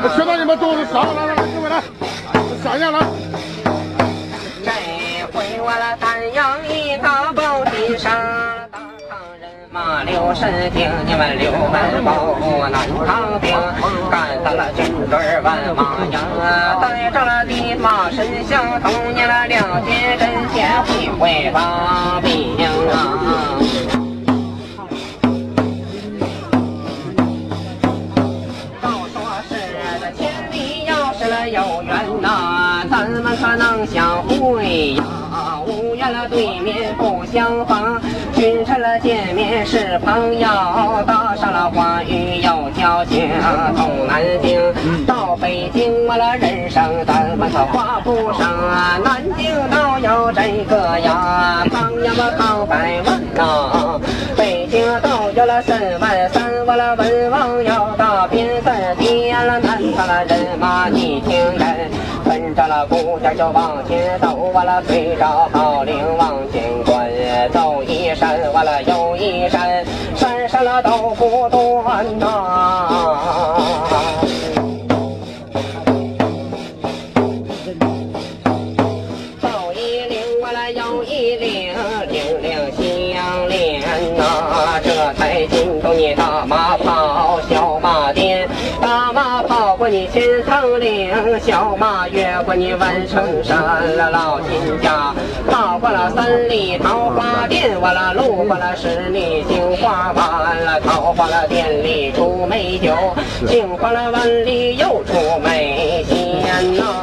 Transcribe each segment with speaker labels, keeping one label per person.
Speaker 1: 学到你们都是上来，各位来，上线了。
Speaker 2: 这回我了丹阳一个宝地上。马六神听你们刘文宝南唐兵，赶到了军队万马营，带着了的马身相同，你了了解阵前会把兵啊。都说是这千里要是了有缘呐，咱们可能相会呀。无缘了对面不相逢，君臣了见面是朋友，搭上了话语有交情。从南京到北京我了人生咱们可话不上，南京倒有这个呀，朋友们靠百万呐，北京都有了3万3，我了文王要大鞭子点了南方了人马你听人，跟着了步调就往前走，我了随着号令往前滚，走一山完了又一山，山上了都不断呐。走一岭完了又一岭，岭岭相连呐，这才进入你大马跑小马颠，大马跑过你千层岭，小马越过你万重山了老秦家，跑过了3里桃花店，完了路过了10里杏花湾了，桃花了店里出美酒，杏花了湾里又出美仙呐。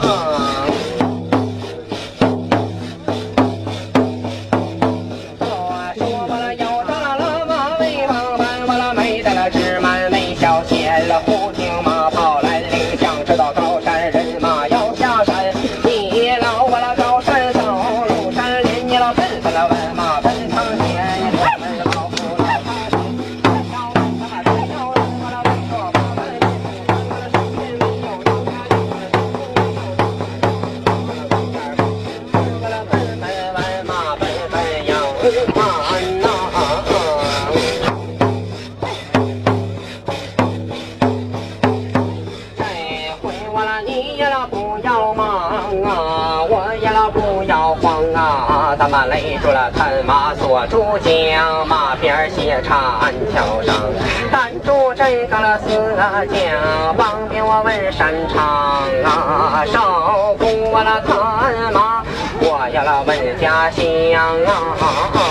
Speaker 2: 咱们勒住了探马锁住将，马边斜插鞍桥上，拦住这个了4将，旁边我问山长啊，少顾我了探马，我要了问家乡啊。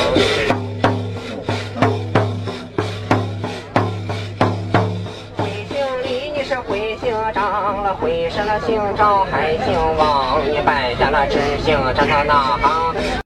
Speaker 2: 回姓张了，回是了姓赵还姓王，你败下了知姓张到哪行？